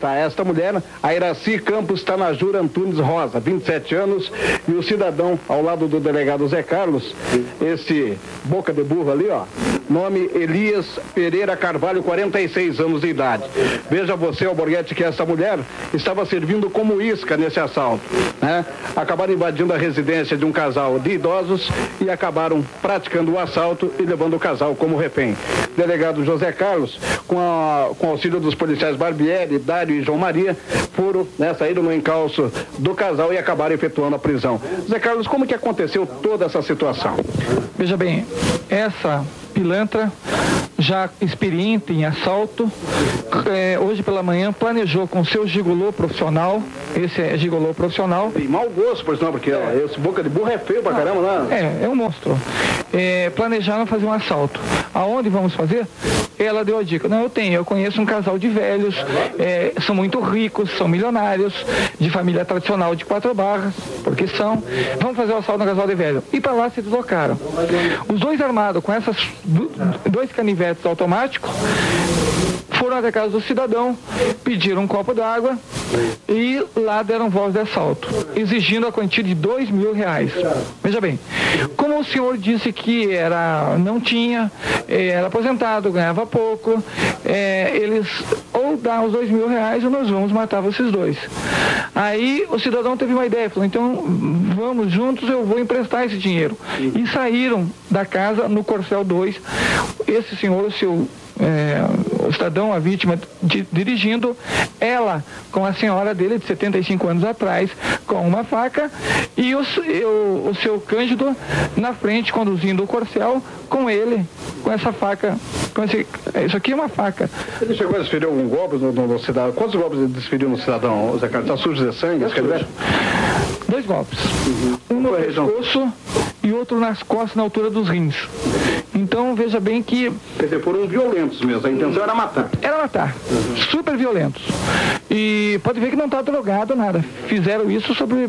tá? Esta mulher, a Iraci Campos Tanajura Antunes Rosa, 27 anos, e o cidadão ao lado do delegado Zé Carlos, esse boca de burro ali, ó, nome Elias Pereira Carvalho, 46 anos de idade. Veja você, Alborguete, que essa mulher estava servindo como isca nesse assalto, né? Acabaram invadindo a residência de um casal de idosos e acabaram praticando o assalto e levando o casal como refém. Delegado José Carlos, com auxílio dos policiais Barbieri, Dário e João Maria, foram, né, saíram no encalço do casal e acabaram efetuando a prisão. Zé Carlos, como que aconteceu toda essa situação? Veja bem, essa pilantra, já experiente em assalto, hoje pela manhã planejou com seu gigolô profissional, esse é gigolô profissional. E mau gosto, por sinal, porque esse boca de burro é feio pra caramba, né? É um monstro. Planejaram fazer um assalto. Aonde vamos fazer? Ela deu a dica. Não, eu conheço um casal de velhos, são muito ricos, são milionários, de família tradicional de 4 barras, porque são. Vamos fazer o assalto no casal de velho. E para lá se deslocaram. Os dois armados com essas 2 canivetes automáticos foram até a casa do cidadão, pediram um copo d'água e lá deram voz de assalto, exigindo a quantia de R$2.000. Veja bem, como o senhor disse que não tinha, era aposentado, ganhava pouco, eles ou dão os R$2.000 ou nós vamos matar vocês dois. Aí o cidadão teve uma ideia, falou, então vamos juntos, eu vou emprestar esse dinheiro. E saíram da casa no Corcel 2, esse senhor, o cidadão, a vítima, dirigindo, ela com a senhora dele de 75 anos atrás, com uma faca, e o seu Cândido na frente, conduzindo o Corcel, com ele, com essa faca. Isso aqui é uma faca. Ele chegou a desferir algum golpe no cidadão? Quantos golpes ele desferiu no cidadão, Zé Carlos? Está sujo de sangue? 2 golpes. Um no pescoço e outro nas costas, na altura dos rins. Então, veja bem que... Quer dizer, foram violentos mesmo, a intenção era matar. Era matar. Super violentos. E pode ver que não está drogado, nada. Fizeram isso sobre,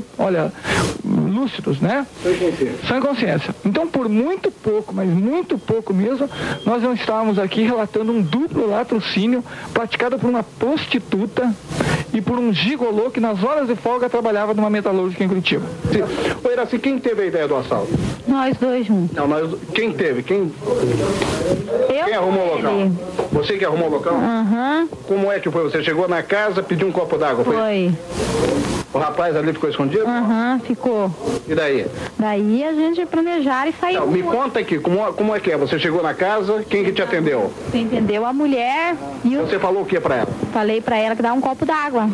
lúcidos, né? Sem consciência. Então, por muito pouco, mas muito pouco mesmo, nós não estávamos aqui relatando um duplo latrocínio praticado por uma prostituta e por um gigolô que nas horas de folga trabalhava numa metalúrgica em Curitiba. Ô, Iraci, quem teve a ideia do assalto? Nós dois juntos. Não, quem teve? Quem arrumou o local? Você que arrumou o local? Aham. Como é que foi? Você chegou na casa, pediu um copo d'água? Foi. O rapaz ali ficou escondido? Aham, ficou. E daí? Daí a gente planejaram e saiu. Não, me conta aqui, como é que é? Você chegou na casa, quem que te atendeu? Você entendeu? A mulher e Você falou o que pra ela? Falei pra ela que dá um copo d'água.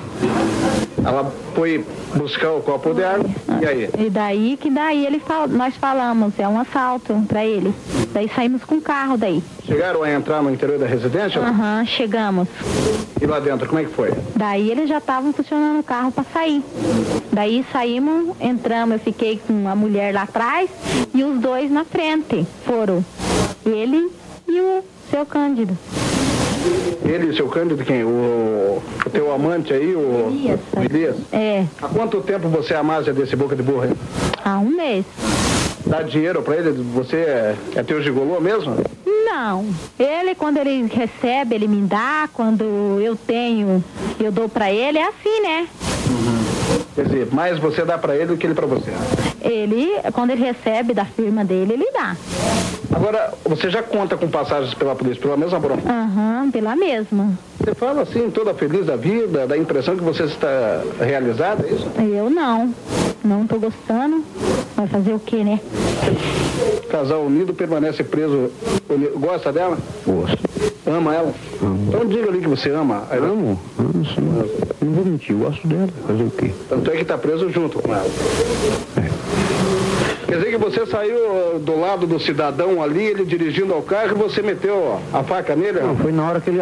Ela foi buscar o copo de água, e aí? E daí nós falamos, é um assalto pra ele. Daí saímos com o carro daí. Chegaram a entrar no interior da residência? Aham, chegamos. E lá dentro, como é que foi? Daí eles já estavam funcionando o carro pra sair. Daí saímos, entramos, eu fiquei com a mulher lá atrás e os dois na frente. Foram ele e o seu Cândido. Ele e o seu Cândido, quem? O teu amante aí, o Elias? É. Há quanto tempo você é a mágia desse boca de burro aí? Há um mês. Dá dinheiro pra ele? Você é teu gigolô mesmo? Não. Ele, quando ele recebe, ele me dá. Quando eu tenho, eu dou pra ele. É assim, né? Quer dizer, mais você dá pra ele do que ele pra você? Ele, quando ele recebe da firma dele, ele dá. Agora, você já conta com passagens pela polícia, pela mesma bronca? Aham, pela mesma. Você fala assim, toda feliz da vida, da impressão que você está realizada, é isso? Eu não. Não tô gostando. Vai fazer o quê, né? Casal unido permanece preso. Gosta dela? Gosto. Ama ela? Amo. Então diga ali que você ama. Amo sim. Não vou mentir, gosto dela. Fazer o quê? Tanto é que está preso junto com ela. Quer dizer que você saiu do lado do cidadão ali, ele dirigindo ao carro, e você meteu a faca nele? Não, foi na hora que ele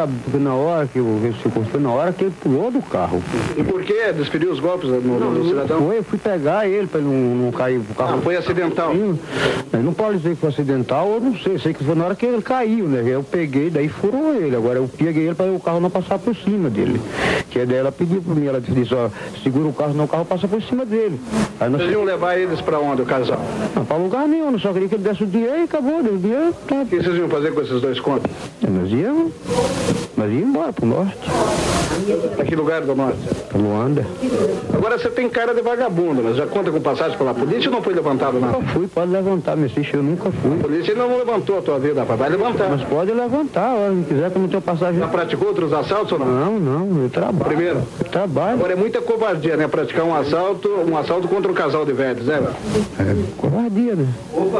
pulou do carro. E por que desferiu os golpes no cidadão? Eu fui pegar ele para ele não cair pro carro. Foi acidental? Não pode dizer que foi acidental, eu não sei que foi na hora que ele caiu, né? Eu peguei, daí furou ele. Agora eu peguei ele para o carro não passar por cima dele. Que daí ela pediu para mim, ela disse, ó, segura o carro, não, o carro passa por cima dele. Aí nós... Vocês iam levar eles para onde, o casal? Não, para lugar nenhum, só queria que ele desse o dinheiro e acabou, deu o dinheiro. Tá. O que vocês iam fazer com esses 2 contos? Nós íamos embora pro norte. Pra que lugar do norte? Pra Luanda. Agora você tem cara de vagabundo, mas já conta com passagem pela polícia ou não foi levantado nada? Nunca fui, pode levantar, meu filho, eu nunca fui. A polícia não levantou a tua vida, rapaz, vai levantar. Mas pode levantar, a hora que quiser, que eu não tenho passagem. Já praticou outros assaltos ou não? Não, eu trabalho. Primeiro? Eu trabalho. Agora é muita covardia, né? Praticar um assalto contra um casal de velhos, né? Covardia, né?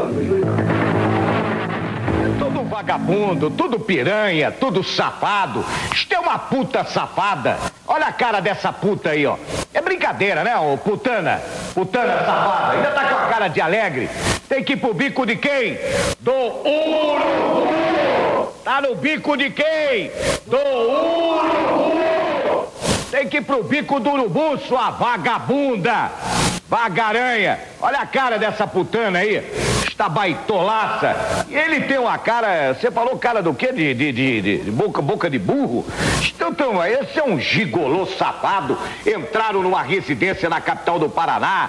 Tudo vagabundo, tudo piranha, tudo safado. Isto é uma puta safada. Olha a cara dessa puta aí, ó. É brincadeira, né, ô putana? Putana safada. Ainda tá com a cara de alegre. Tem que ir pro bico de quem? Do urubu. Tá no bico de quem? Do urubu. Tem que ir pro bico do urubu, sua vagabunda. Vagaranha. Olha a cara dessa putana aí. Esta baitolaça. E ele tem uma cara, você falou cara do quê? De boca de burro? Então, esse é um gigolô safado. Entraram numa residência na capital do Paraná.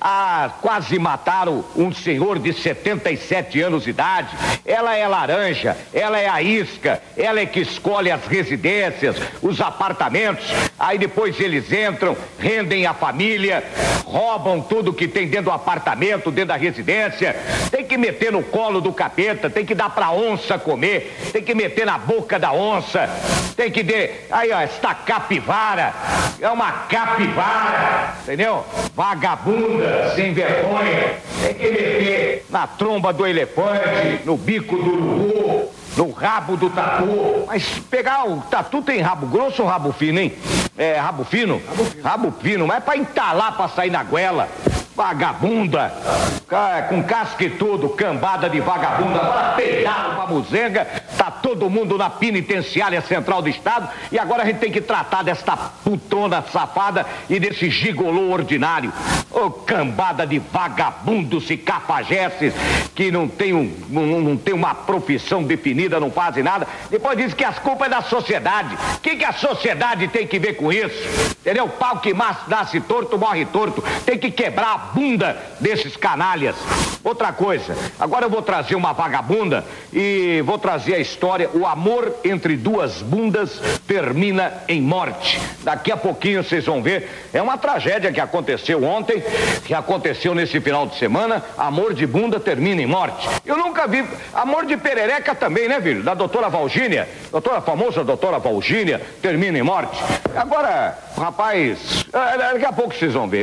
Quase mataram um senhor de 77 anos de idade. Ela é laranja, ela é a isca, ela é que escolhe as residências, os apartamentos. Aí depois eles entram, rendem a família, roubam tudo que tem dentro do apartamento, dentro da residência. Tem que meter no colo do capeta, tem que dar pra onça comer, tem que meter na boca da onça, tem que aí ó, esta capivara, é uma capivara, entendeu? Vagabunda, sem vergonha, tem que meter na tromba do elefante, no bico do urubu, no rabo do tatu. Mas pegar o tatu tem rabo grosso ou rabo fino, hein? É, rabo fino? Rabo fino, mas é pra entalar, pra sair na goela. Vagabunda, com casca e tudo, cambada de vagabunda. Agora peidaram pra muzenga, tá todo mundo na penitenciária central do estado e agora a gente tem que tratar desta putona safada e desse gigolô ordinário. Ô, cambada de vagabundos e cafajestes que não tem uma profissão definida, não fazem nada. Depois diz que as culpas é da sociedade. O que a sociedade tem que ver com isso? Entendeu? O pau que nasce torto, morre torto. Tem que quebrar a bunda desses canalhas. Outra coisa, agora eu vou trazer uma vagabunda e vou trazer a história: o amor entre duas bundas termina em morte. Daqui a pouquinho vocês vão ver. É uma tragédia que aconteceu ontem, que aconteceu nesse final de semana. Amor de bunda termina em morte. Eu nunca vi. Amor de perereca também, né, filho? Da doutora Valgínia, famosa doutora Valgínia, termina em morte. Agora, rapaz, daqui a pouco vocês vão ver.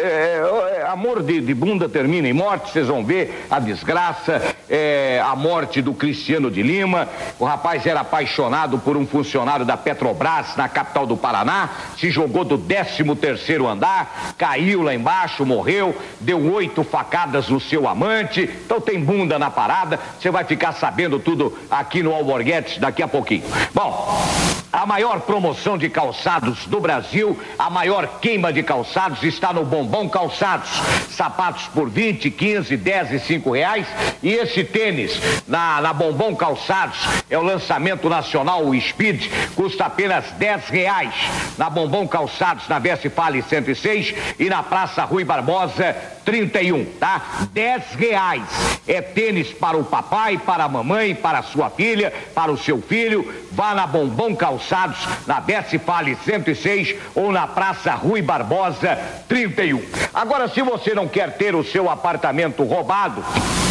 Amor de bunda termina em morte, vocês vão ver a desgraça, a morte do Cristiano de Lima. O rapaz era apaixonado por um funcionário da Petrobras na capital do Paraná, se jogou do 13º andar, caiu lá embaixo, morreu, deu 8 facadas no seu amante. Então tem bunda na parada, você vai ficar sabendo tudo aqui no Alborguetes daqui a pouquinho. Bom, a maior promoção de calçados do Brasil, a maior queima de calçados está no Bombom Calçados. Sapatos por 20, 15, 10 e 5 reais. E esse tênis na Bombom Calçados é o lançamento nacional, o Speed, custa apenas 10 reais. Na Bombom Calçados, na Westfalia 106 e na Praça Rui Barbosa 31, tá? 10 reais. É tênis para o papai, para a mamãe, para a sua filha, para o seu filho. Vá na Bombom Calçados, na Westfalia 106 ou na Praça Rui Barbosa 31. Agora, se você não quer ter o seu apartamento roubado,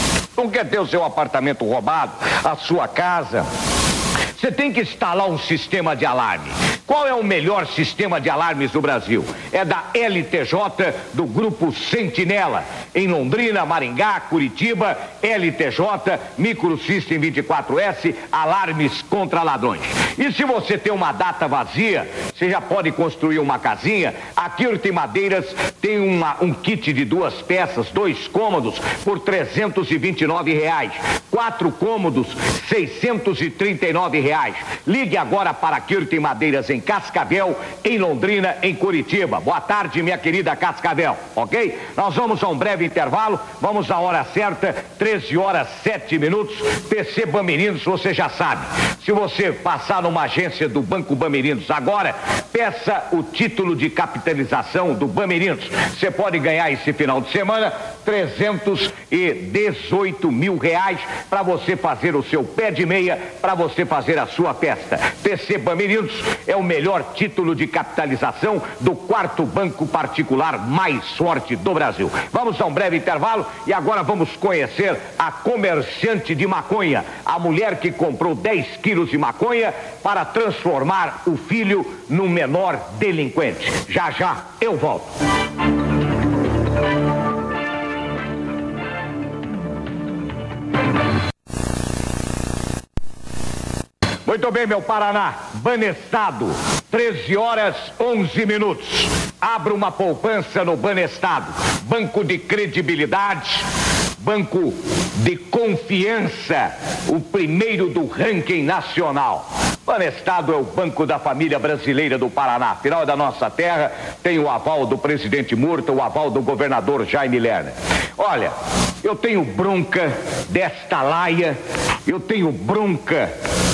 a sua casa, você tem que instalar um sistema de alarme. Qual é o melhor sistema de alarmes do Brasil? É da LTJ, do Grupo Sentinela. Em Londrina, Maringá, Curitiba, LTJ, Microsystem 24S, alarmes contra ladrões. E se você tem uma data vazia, você já pode construir uma casinha. A Kirten Madeiras tem um kit de 2 peças, 2 cômodos, por R$ 329. 4 cômodos, R$ 639. Ligue agora para a Kirten Madeiras em Cascavel, em Londrina, em Curitiba. Boa tarde, minha querida Cascavel, ok? Nós vamos a um breve intervalo, vamos à hora certa, 13h07. PC Bamerinos, você já sabe. Se você passar numa agência do Banco Bamerinos agora, peça o título de capitalização do Bamerinos. Você pode ganhar esse final de semana R$ 318 mil para você fazer o seu pé de meia, para você fazer a sua festa. TC Bamerindos é o melhor título de capitalização do 4º banco particular mais forte do Brasil. Vamos a um breve intervalo e agora vamos conhecer a comerciante de maconha, a mulher que comprou 10 quilos de maconha para transformar o filho num menor delinquente. Já já eu volto. Muito bem, meu Paraná. Banestado, 13 horas 11 minutos. Abra uma poupança no Banestado. Banco de credibilidade, banco de confiança, o primeiro do ranking nacional. Banestado é o banco da família brasileira do Paraná. Afinal, é da nossa terra, tem o aval do presidente Murta, o aval do governador Jaime Lerner. Olha, eu tenho bronca desta laia, eu tenho bronca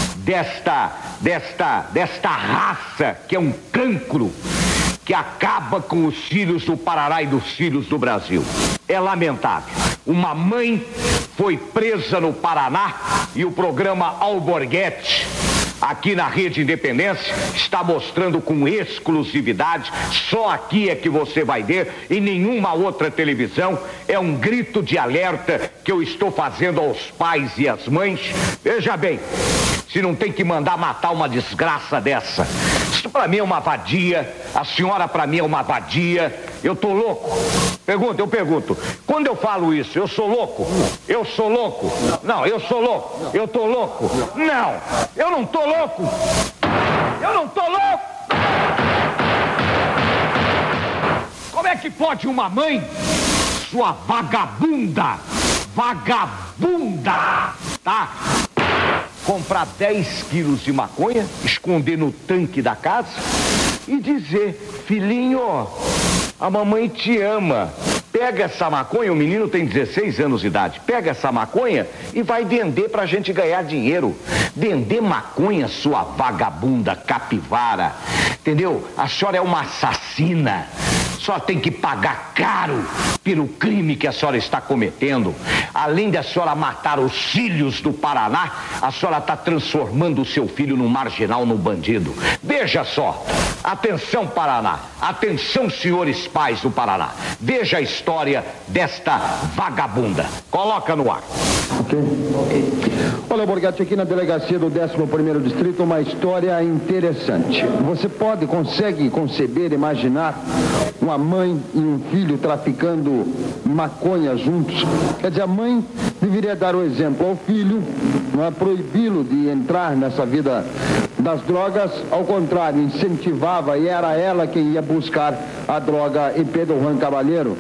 desta raça que é um cancro, que acaba com os filhos do Paraná e dos filhos do Brasil. É lamentável. Uma mãe foi presa no Paraná e o programa Alborguete, aqui na Rede Independência, está mostrando com exclusividade, só aqui é que você vai ver, em nenhuma outra televisão. É um grito de alerta que eu estou fazendo aos pais e às mães. Veja bem, se não tem que mandar matar uma desgraça dessa. Isso pra mim é uma vadia, a senhora pra mim é uma vadia. Eu tô louco? Eu pergunto. Quando eu falo isso, eu sou louco? Eu sou louco? Não, eu sou louco. Eu tô louco? Não, eu não tô louco. Eu não tô louco. Como é que pode uma mãe, sua vagabunda, tá? Comprar 10 quilos de maconha, esconder no tanque da casa e dizer: filhinho, a mamãe te ama. Pega essa maconha, o menino tem 16 anos de idade, pega essa maconha e vai vender pra gente ganhar dinheiro. Vender maconha, sua vagabunda capivara, entendeu? A senhora é uma assassina. A senhora tem que pagar caro pelo crime que a senhora está cometendo. Além de a senhora matar os filhos do Paraná, a senhora está transformando o seu filho num marginal, num bandido. Veja só. Atenção, Paraná. Atenção, senhores pais do Paraná. Veja a história desta vagabunda. Coloca no ar. Ok. Olha, Borghetti, aqui na delegacia do 11º Distrito, uma história interessante. Você consegue conceber, imaginar uma mãe e um filho traficando maconha juntos? Quer dizer, a mãe deveria dar o exemplo ao filho, não é proibi-lo de entrar nessa vida das drogas, ao contrário, incentivava, e era ela quem ia buscar a droga em Pedro Juan Cavalheiro,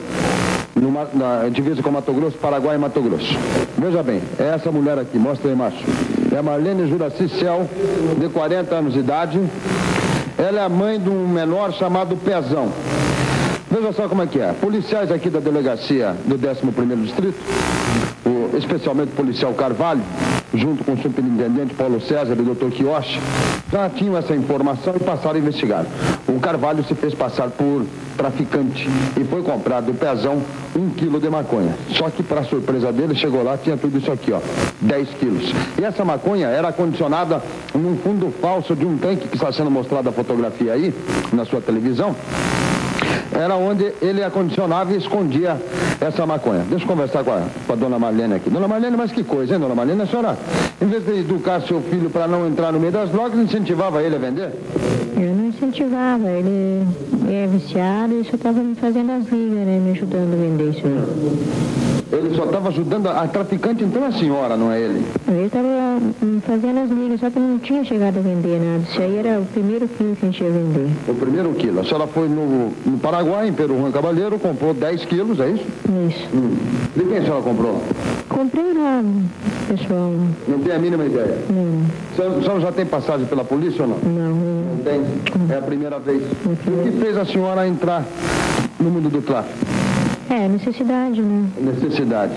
na divisa com Mato Grosso, Paraguai e Mato Grosso. Veja bem, é essa mulher aqui, mostra aí, macho. É Marlene Juraci Cel, de 40 anos de idade. Ela é a mãe de um menor chamado Pezão. Veja só como é que é. Policiais aqui da delegacia do 11º Distrito, especialmente o policial Carvalho, junto com o superintendente Paulo César e o Dr. Quioche, já tinham essa informação e passaram a investigar. O Carvalho se fez passar por traficante e foi comprar do Pezão 1 quilo de maconha. Só que, para surpresa dele, chegou lá, tinha tudo isso aqui, ó, 10 quilos. E essa maconha era acondicionada num fundo falso de um tanque que está sendo mostrada a fotografia aí, na sua televisão. Era onde ele acondicionava e escondia essa maconha. Deixa eu conversar com a dona Marlene aqui. Dona Marlene, mas que coisa, hein, dona Marlene? A senhora, em vez de educar seu filho para não entrar no meio das drogas, incentivava ele a vender? Eu não incentivava, ele é viciado e só estava me fazendo as ligas, né, me ajudando a vender isso aí. Ele só estava ajudando a traficante, então é a senhora, não é ele? Ele estava fazendo as ligas, só que não tinha chegado a vender nada. Isso aí era o primeiro quilo que a gente ia vender. O primeiro quilo. A senhora foi no Paraguai, em Pedro Juan Cavalheiro, comprou 10 quilos, é isso? Isso. De quem a senhora comprou? Comprei lá, pessoal. Não tem a mínima ideia? Não. A senhora já tem passagem pela polícia ou não? Não. Não tem? É a primeira vez. E o que fez a senhora entrar no mundo do tráfico? É, necessidade, né? Necessidade.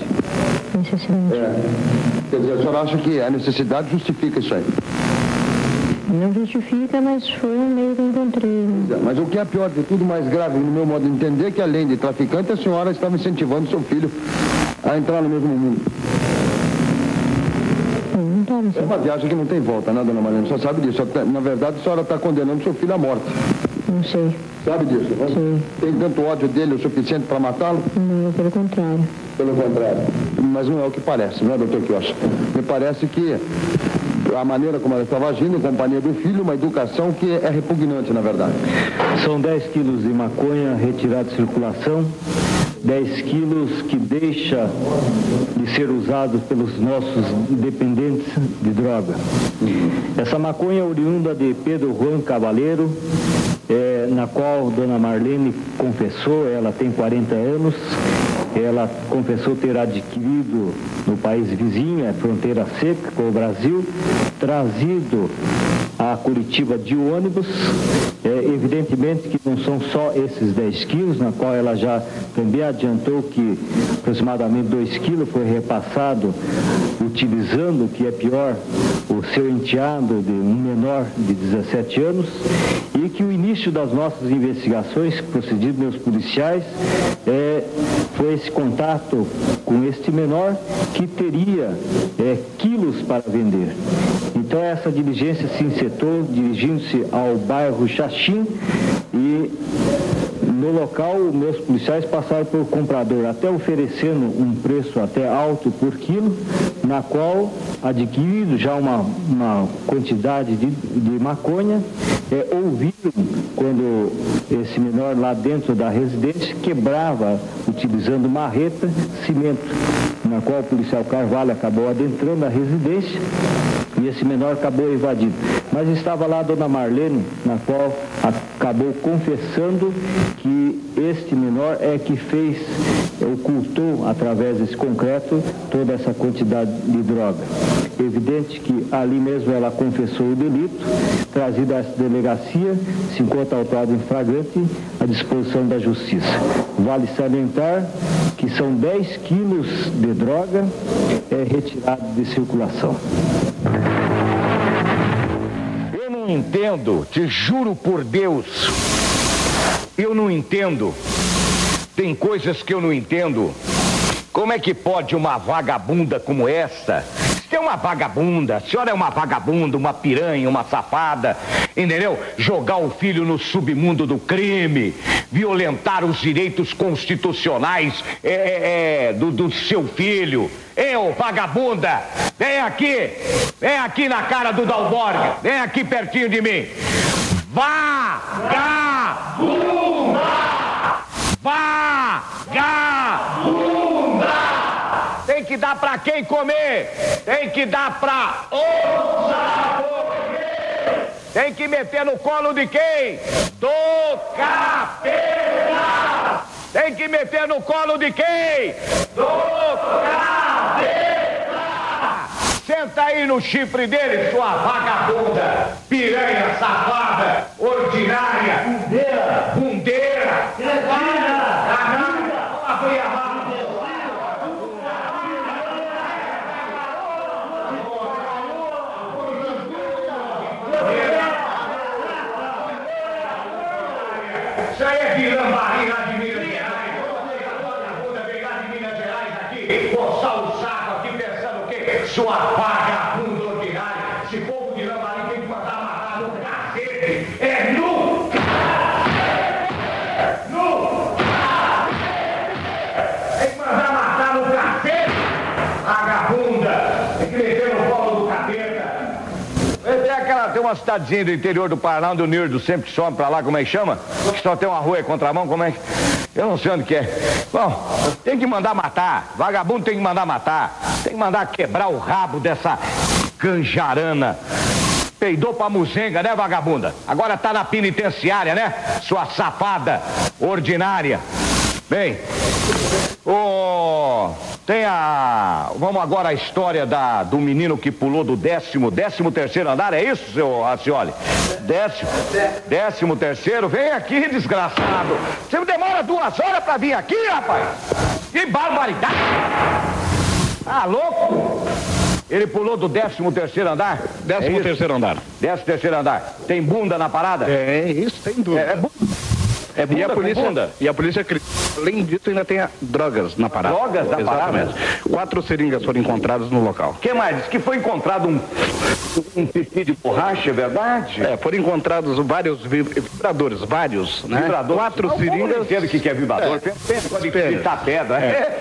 É. Quer dizer, a senhora acha que a necessidade justifica isso aí? Não justifica, mas foi um meio que eu encontrei. Né? Mas o que é pior de tudo, mais grave, no meu modo de entender, é que além de traficante, a senhora estava incentivando seu filho a entrar no mesmo mundo. Não estava É assim. uma viagem que não tem volta, né, dona Marlene? Só sabe disso. Na verdade, a senhora está condenando seu filho à morte. Não sei. Sabe disso, né? Sim. Tem tanto ódio dele o suficiente para matá-lo? Não, pelo contrário. Pelo contrário. Mas não é o que parece, não é, doutor Quioche? Me parece que a maneira como ela estava agindo em companhia do filho, uma educação que é repugnante, na verdade. São 10 quilos de maconha retirada de circulação, 10 quilos que deixa de ser usado pelos nossos dependentes de droga. Essa maconha é oriunda de Pedro Juan Cavaleiro, na qual Dona Marlene confessou, ela tem 40 anos, ela confessou ter adquirido no país vizinho, fronteira seca com o Brasil, trazido a Curitiba de ônibus. Evidentemente que não são só esses 10 quilos, na qual ela já também adiantou que aproximadamente 2 quilos foi repassado utilizando, o que é pior, o seu enteado de um menor de 17 anos, e que o início das nossas investigações, procedido pelos policiais, foi esse contato com este menor que teria quilos para vender. Então essa diligência se encetou dirigindo-se ao bairro Xaxim e no local meus policiais passaram pelo comprador, até oferecendo um preço até alto por quilo, na qual adquirido já uma quantidade de maconha, ouviram quando esse menor lá dentro da residência quebrava, utilizando marreta, cimento, na qual o policial Carvalho acabou adentrando a residência e esse menor acabou evadindo. Mas estava lá a Dona Marlene, na qual acabou confessando que este menor que ocultou através desse concreto toda essa quantidade de droga. Evidente que ali mesmo ela confessou o delito, trazido a essa delegacia, se encontra autuado em flagrante à disposição da Justiça. Vale salientar que são 10 quilos de droga retirados de circulação. Eu não entendo, te juro por Deus, eu não entendo. Tem coisas que eu não entendo. Como é que pode uma vagabunda como essa? Você é uma vagabunda, a senhora é uma vagabunda, uma piranha, uma safada, entendeu? Jogar o filho no submundo do crime, violentar os direitos constitucionais do seu filho. Ô vagabunda, vem aqui na cara do Dalborga, vem aqui pertinho de mim. Vagabunda! Vagabunda! Tem que dar pra quem comer? Tem que dar pra onça comer! Tem que meter no colo de quem? Do capeta! Tem que meter no colo de quem? Do capeta! Senta aí no chifre dele, sua vagabunda, piranha, safada, ordinária, bundeira, canalha, vamos abrir a mão. Isso aí é vilambari lá de Minas Gerais. Vagabunda vem lá de Minas Gerais aqui, coçar o saco aqui pensando o quê? Sua vagabunda ordinária. Esse povo de lambari tem que mandar matar no cacete. No cacete! Tem que mandar matar no cacete. Vagabunda. Tem que meter no colo do capeta. Tem uma cidadezinha do interior do Paraná, onde o Nirdo sempre some pra lá, como é que chama? Que só tem uma rua e contramão, como é que... Eu não sei onde que é. Bom, tem que mandar matar. Vagabundo tem que mandar matar. Tem que mandar quebrar o rabo dessa canjarana. Peidou pra muzenga, né, vagabunda? Agora tá na penitenciária, né? Sua safada ordinária. Bem, vamos agora à história do menino que pulou do 13º andar, é isso, seu Racioli? 13º? Vem aqui, desgraçado. Você demora 2 horas pra vir aqui, rapaz? Que barbaridade! Ah, louco? Ele pulou do 13º andar? 13º andar. 13º andar. Tem bunda na parada? É isso, sem dúvida. É bunda e a polícia, além disso, ainda tem drogas na parada. Drogas na parada? 4 seringas foram encontradas no local. O que mais? Diz que foi encontrado um pipi de borracha, é verdade? Foram encontrados vários vibradores, né? Vibradores? 4 seringas. Não entendo o que é vibrador. Pensa de fritar pedra.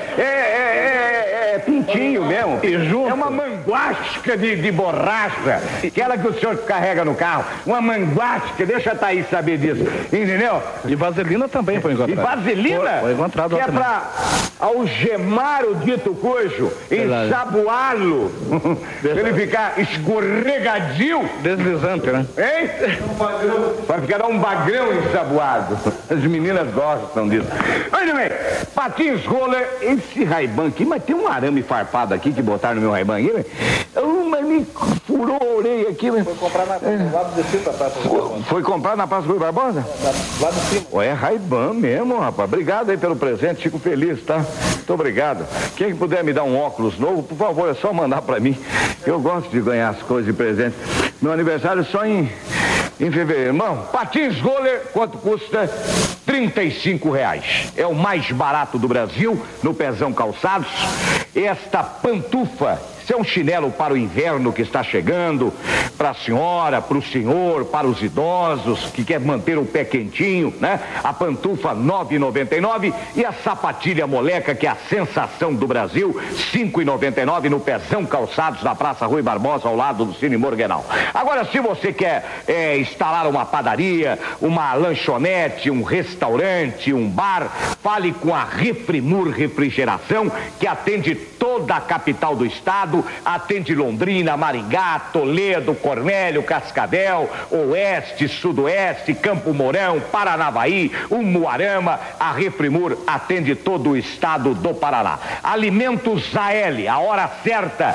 É pintinho mesmo. E junto? É uma manguasca de borracha. Aquela que o senhor carrega no carro. Uma manguasca. Deixa a Thaís saber disso. Entendeu? E vaselina também foi encontrada. E vaselina? Foi encontrado que é pra algemar o dito cujo, ensaboá-lo, pra ele ficar escorregadio. Deslizante, né? Hein? Vai ficar um bagrão ensaboado. As meninas gostam disso. Olha bem, patins roller, esse Ray-Ban aqui, mas tem um arame farpado aqui que botaram no meu Ray-Ban aqui, né? Mas me furou a orelha aqui, né? Foi comprar no lado de cima da Praça Rui Barbosa. Foi comprar na Praça Rui Barbosa? Lá de cima. É Ray-Ban mesmo, rapaz. Obrigado aí pelo presente, fico feliz, tá? Muito obrigado. Quem puder me dar um óculos novo, por favor, é só mandar pra mim. Eu gosto de ganhar as coisas de presente. Meu aniversário é só em fevereiro. Irmão, patins roller, quanto custa? R$35. É o mais barato do Brasil, no Pezão Calçados. Esta pantufa, isso é um chinelo para o inverno que está chegando, para a senhora, para o senhor, para os idosos que quer manter o pé quentinho, né? A pantufa R$ 9,99 e a sapatilha moleca, que é a sensação do Brasil, R$ 5,99 no Pezão Calçados, na Praça Rui Barbosa, ao lado do Cine Morganal. Agora, se você quer instalar uma padaria, uma lanchonete, um restaurante, um bar, fale com a Refrimur Refrigeração, que atende toda a capital do estado, atende Londrina, Maringá, Toledo, Cornélio, Cascavel, Oeste, Sudoeste, Campo Mourão, Paranavaí, Umuarama. A Refrimur atende todo o estado do Paraná. Alimentos Zael, a hora certa,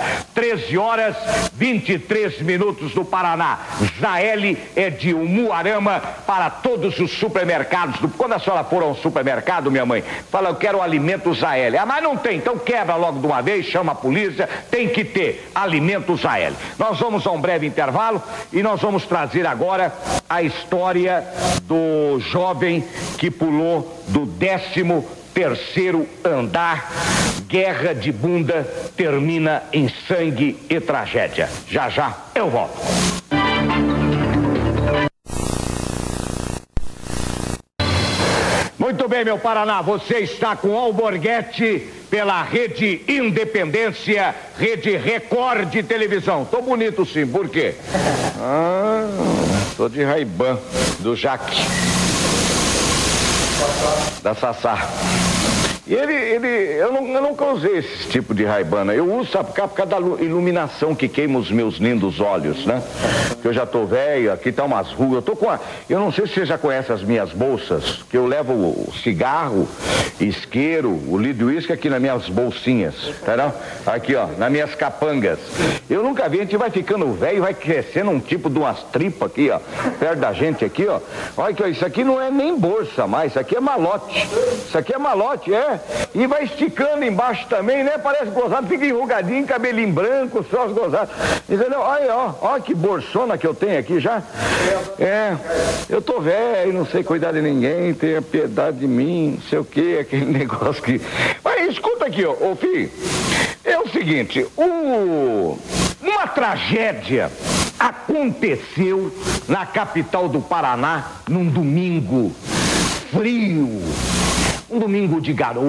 13h23 no Paraná. Zael é de Umuarama para todos os supermercados. Quando a senhora for a um supermercado, minha mãe, fala, eu quero Alimentos Zael. Mas não tem, então quebra logo de uma vez, chama a polícia, tem que ter Alimentos Zael. Nós vamos a um breve intervalo e nós vamos trazer agora a história do jovem que pulou do 13º andar. Guerra de bunda termina em sangue e tragédia. Já já eu volto. Muito bem, meu Paraná, você está com Alborguete pela Rede Independência, Rede Record de televisão. Tô bonito sim, por quê? Tô de Ray-Ban, do Jaque, da Sassá. E eu nunca usei esse tipo de Ray-Ban, né? Eu uso, sabe, por causa da iluminação que queima os meus lindos olhos, né? Que eu já tô velho, aqui tá umas rugas, eu não sei se você já conhece as minhas bolsas, que eu levo o cigarro, isqueiro, o litro de uísque aqui nas minhas bolsinhas, tá? Aqui, ó, nas minhas capangas. Eu nunca vi, a gente vai ficando velho, vai crescendo um tipo de umas tripas aqui, ó, perto da gente aqui, ó. Olha que isso aqui não é nem bolsa mais, isso aqui é malote. Isso aqui é malote, é. E vai esticando embaixo também, né? Parece gozado, fica enrugadinho, cabelinho branco, só os gozados. Entendeu? Olha, ó que bolsona que eu tenho aqui já. Eu tô velho, não sei cuidar de ninguém, tenha piedade de mim, não sei o que, aquele negócio que... Mas escuta aqui, ó, ô filho, é o seguinte, uma tragédia aconteceu na capital do Paraná num domingo frio. Um domingo de garoa,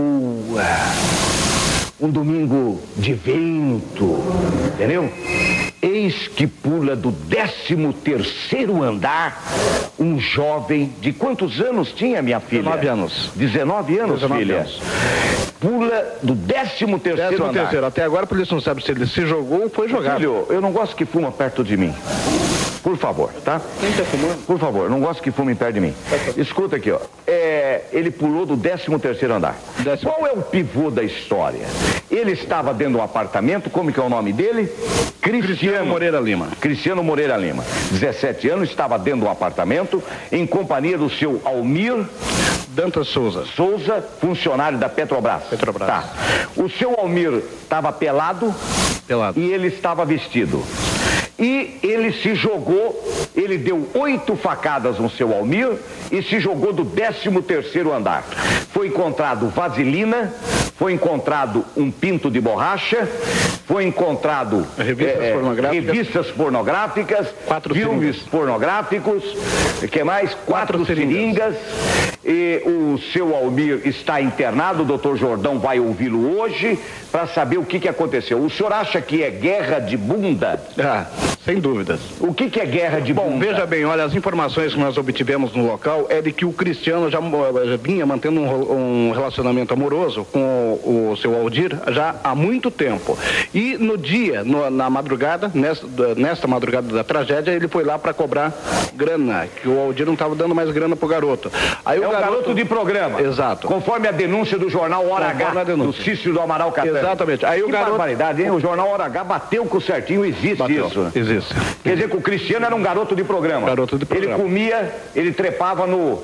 um domingo de vento, entendeu? Eis que pula do 13º andar um jovem de quantos anos tinha, minha filha? 19 anos. 19 anos, 19 filha? Anos. Pula do 13º andar. Até agora a polícia não sabe se ele se jogou ou foi jogado. Filho, eu não gosto que fuma perto de mim. Por favor, tá? Quem tá fumando? Por favor, não gosto que fumem perto de mim. Escuta aqui, ó. Ele pulou do 13º andar. Qual é o pivô da história? Ele estava dentro de um apartamento, como que é o nome dele? Cristiano Moreira Lima. Cristiano Moreira Lima. 17 anos, estava dentro de um apartamento, em companhia do seu Almir Dantas Souza, funcionário da Petrobras. Tá. O seu Almir estava pelado e ele estava vestido. E ele se jogou ele deu 8 facadas no seu Almir e se jogou do 13º andar. Foi encontrado vaselina, foi encontrado um pinto de borracha, foi encontrado revistas pornográficas, 4 filmes pornográficos, que mais? 4 seringas. E o seu Almir está internado, o doutor Jordão vai ouvi-lo hoje para saber o que aconteceu. O senhor acha que é guerra de bunda? Ah, sem dúvidas. O que é guerra de bunda? Bom, veja bem, olha, as informações que nós obtivemos no local é de que o Cristiano já vinha mantendo um relacionamento amoroso com o seu Aldir já há muito tempo. E no dia, na madrugada, nesta madrugada da tragédia, ele foi lá para cobrar grana, que o Aldir não estava dando mais grana pro garoto. Aí o garoto de programa. Exato. Conforme a denúncia do jornal Hora H, do Cícero do Amaral Catani. Exatamente. Aí o garoto... barbaridade, hein? O jornal Hora H bateu com o certinho, existe isso. Existe. Quer dizer que o Cristiano era um garoto de programa. Garoto de programa. Ele comia, ele trepava no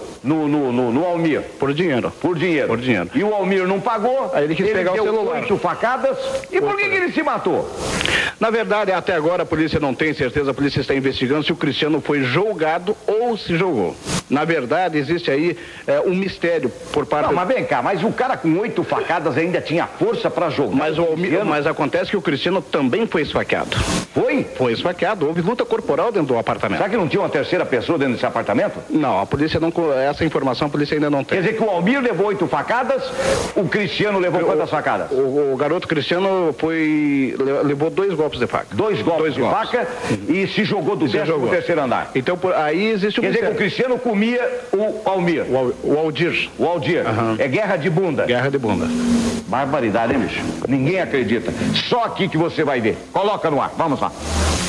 Almir. Por dinheiro. Por dinheiro. Por dinheiro. E o Almir não pagou. Aí ele quis pegar o celular. 8 facadas. E por que ele se matou? Na verdade, até agora a polícia não tem certeza, a polícia está investigando se o Cristiano foi julgado ou se jogou. Na verdade, existe aí um mistério por parte... Não, mas vem cá, mas o cara com 8 facadas ainda tinha força para jogar. Mas acontece que o Cristiano também foi esfaqueado. Foi? Foi esfaqueado, houve luta corporal dentro do apartamento. Será que não tinha uma terceira pessoa dentro desse apartamento? Não, a polícia não... Essa informação a polícia ainda não tem. Quer dizer que o Almir levou 8 facadas, o Cristiano levou quantas facadas? O garoto Cristiano levou 2 golpes de faca. 2 golpes de faca e se jogou do 13º andar. Então, aí existe um... Quer dizer que o Cristiano comia o Almir. O Aldir. O Aldir. Uhum. É guerra de bunda. Guerra de bunda. Barbaridade, hein, bicho? Ninguém acredita. Só aqui que você vai ver. Coloca no ar. Vamos lá.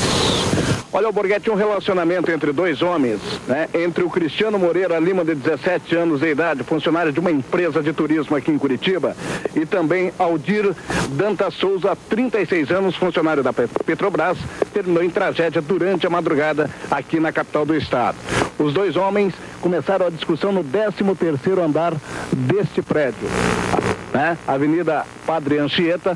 Olha, o Borghetti, um relacionamento entre 2 homens, né? Entre o Cristiano Moreira Lima, de 17 anos de idade, funcionário de uma empresa de turismo aqui em Curitiba, e também Aldir Dantas Souza, 36 anos, funcionário da Petrobras, terminou em tragédia durante a madrugada aqui na capital do estado. Os 2 homens começaram a discussão no 13º andar deste prédio, né? Avenida Padre Anchieta,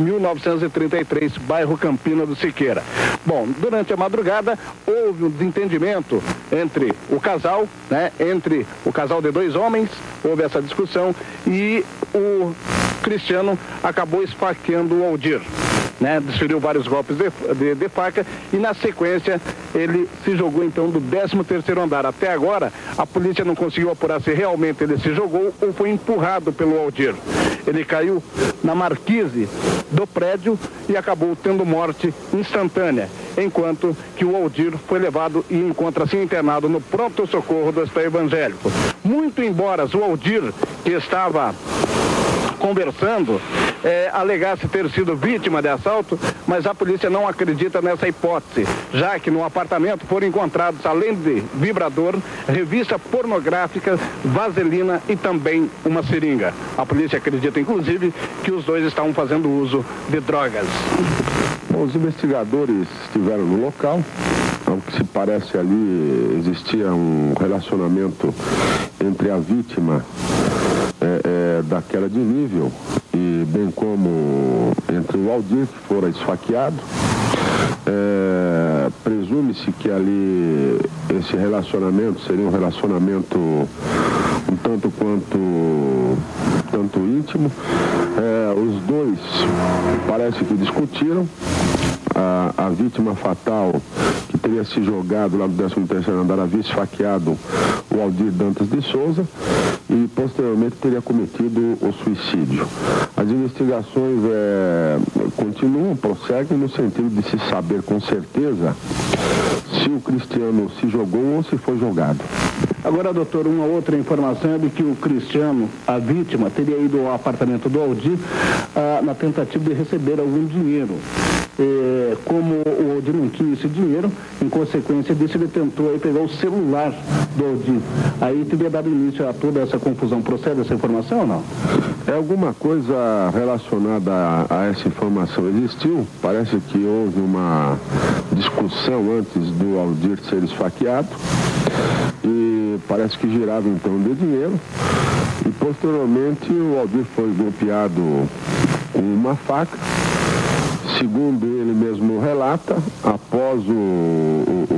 2933, bairro Campina do Siqueira. Bom, durante a madrugada houve um desentendimento entre o casal, né? Entre o casal de 2 homens, houve essa discussão e o Cristiano acabou esfaqueando o Aldir, né? Desferiu vários golpes de faca e na sequência ele se jogou então do 13º andar. Até agora a polícia não conseguiu apurar se realmente ele se jogou ou foi empurrado pelo Aldir. Ele caiu na marquise do prédio e acabou tendo morte instantânea, enquanto que o Aldir foi levado e encontra-se internado no pronto-socorro do Hospital Evangélico. Muito embora o Aldir, que estava conversando, alegasse ter sido vítima de assalto, mas a polícia não acredita nessa hipótese, já que no apartamento foram encontrados, além de vibrador, revista pornográfica, vaselina e também uma seringa. A polícia acredita, inclusive, que os 2 estavam fazendo uso de drogas. Bom, os investigadores estiveram no local. Ao que se parece, ali existia um relacionamento entre a vítima da queda de nível e bem como entre o Aldir, que fora esfaqueado. Presume-se que ali esse relacionamento seria um relacionamento um tanto quanto íntimo. Os 2 parece que discutiram. A vítima fatal, que teria se jogado lá do 13º andar, havia esfaqueado o Aldir Dantas de Souza e posteriormente teria cometido o suicídio. As investigações continuam, prosseguem no sentido de se saber com certeza se o Cristiano se jogou ou se foi jogado. Agora, doutor, uma outra informação é de que o Cristiano, a vítima, teria ido ao apartamento do Aldir na tentativa de receber algum dinheiro. Como o Aldir não tinha esse dinheiro, em consequência disso ele tentou aí pegar o celular do Aldir. Aí teria dado início a toda essa confusão. Procede essa informação ou não? Alguma coisa relacionada a essa informação existiu. Parece que houve uma discussão antes do Aldir ser esfaqueado e parece que girava então de dinheiro e posteriormente o Aldir foi golpeado com uma faca. Segundo ele mesmo relata, após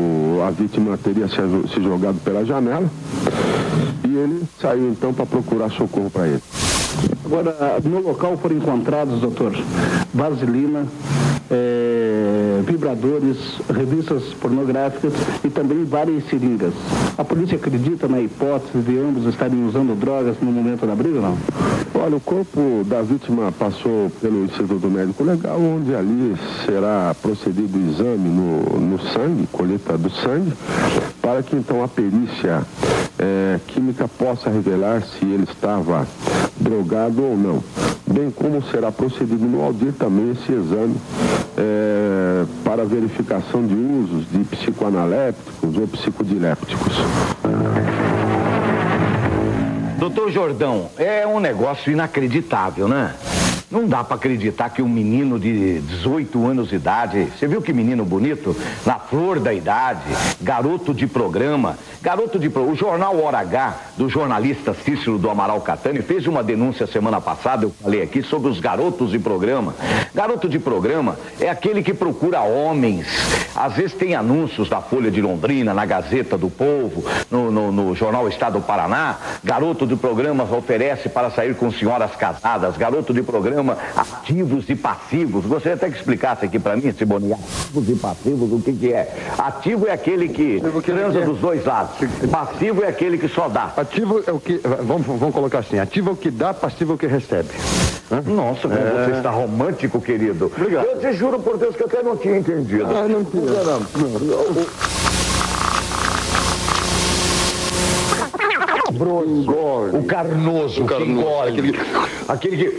a vítima teria se jogado pela janela e ele saiu então para procurar socorro para ele. Agora, no local foram encontrados, doutor, vaselina, vibradores, revistas pornográficas e também várias seringas. A polícia acredita na hipótese de ambos estarem usando drogas no momento da briga, não? Olha, o corpo da vítima passou pelo Instituto Médico Legal, onde ali será procedido o exame no sangue, colheita do sangue, para que então a perícia química possa revelar se ele estava drogado ou não. Bem como será procedido no Aldir também esse exame para verificação de usos de psicoanalépticos ou psicodilépticos. Doutor Jordão, é um negócio inacreditável, né? Não dá pra acreditar que um menino de 18 anos de idade, você viu que menino bonito? Na flor da idade, garoto de programa, o jornal Hora H, do jornalista Cícero do Amaral Catani, fez uma denúncia semana passada, eu falei aqui, sobre os garotos de programa. Garoto de programa é aquele que procura homens, às vezes tem anúncios da Folha de Londrina, na Gazeta do Povo, no jornal Estado do Paraná. Garoto de programa oferece para sair com senhoras casadas, garoto de programa ativos e passivos. Gostaria até que explicasse aqui para mim, Simone, ativos e passivos, o que é? Ativo é aquele que transa dos dois lados. Passivo é aquele que só dá. Ativo é o que... Vamos colocar assim. Ativo é o que dá, passivo é o que recebe. Nossa, como você está romântico, querido. Obrigado. Eu te juro por Deus que eu até não tinha entendido. Não tinha. O carnoso, que engole. Aquele que...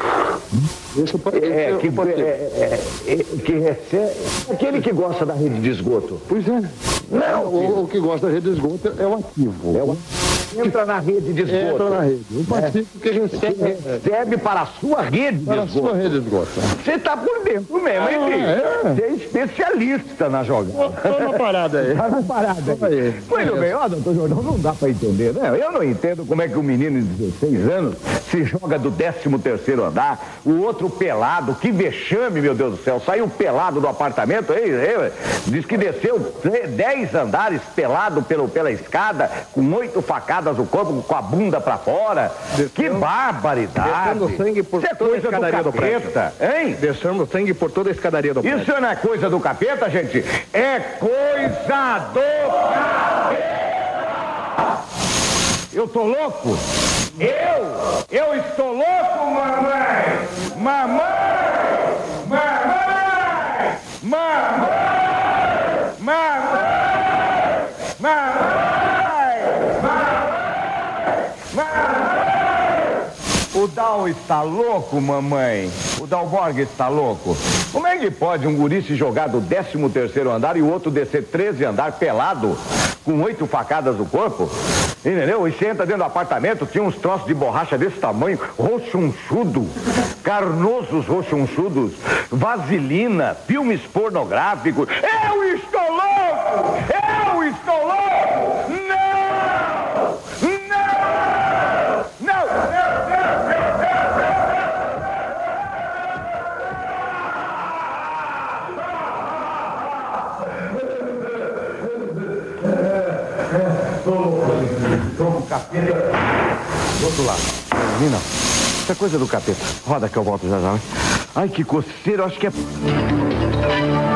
que recebe... Aquele que gosta da rede de esgoto. Pois é. Não, o que gosta da rede de esgoto é o ativo. Entra na rede de esgoto. Entra na rede. O passivo que recebe para a sua rede de esgoto. Para a sua rede de esgoto. Você está por dentro mesmo, hein, filho? Você é especialista na jogada. Estou na parada aí. Tá na parada aí. Muito bem, doutor Jordão, não dá para entender, né? Eu não entendo como é que um menino de 16 anos se joga do 13º andar, o outro pelado, que vexame, meu Deus do céu, saiu pelado do apartamento, diz que desceu 10 andares pelado pela escada, com 8 facadas no corpo, com a bunda pra fora. Que barbaridade. Descendo sangue por toda a escadaria do prédio. Hein? Descendo sangue por toda a escadaria do prédio. Isso não é coisa do capeta, gente? É coisa do capeta! Eu tô louco? Eu estou louco, mamãe! Mamãe! Mamãe! Mamãe! Mamãe! Mamãe! O Dal está louco, mamãe? O Dalborg está louco? Como é que pode um guri se jogar do 13º andar e o outro descer 13 andar pelado, com 8 facadas no corpo? Entendeu? E você entra dentro do apartamento, tinha uns troços de borracha desse tamanho, roxunchudo, carnosos roxunchudos, vaselina, filmes pornográficos. Eu estou louco! Eu estou louco! Não! Não! Não! Capeta do outro lado. Menina, isso é coisa do capeta. Roda que eu volto já já. Ai, que coceiro, acho que é...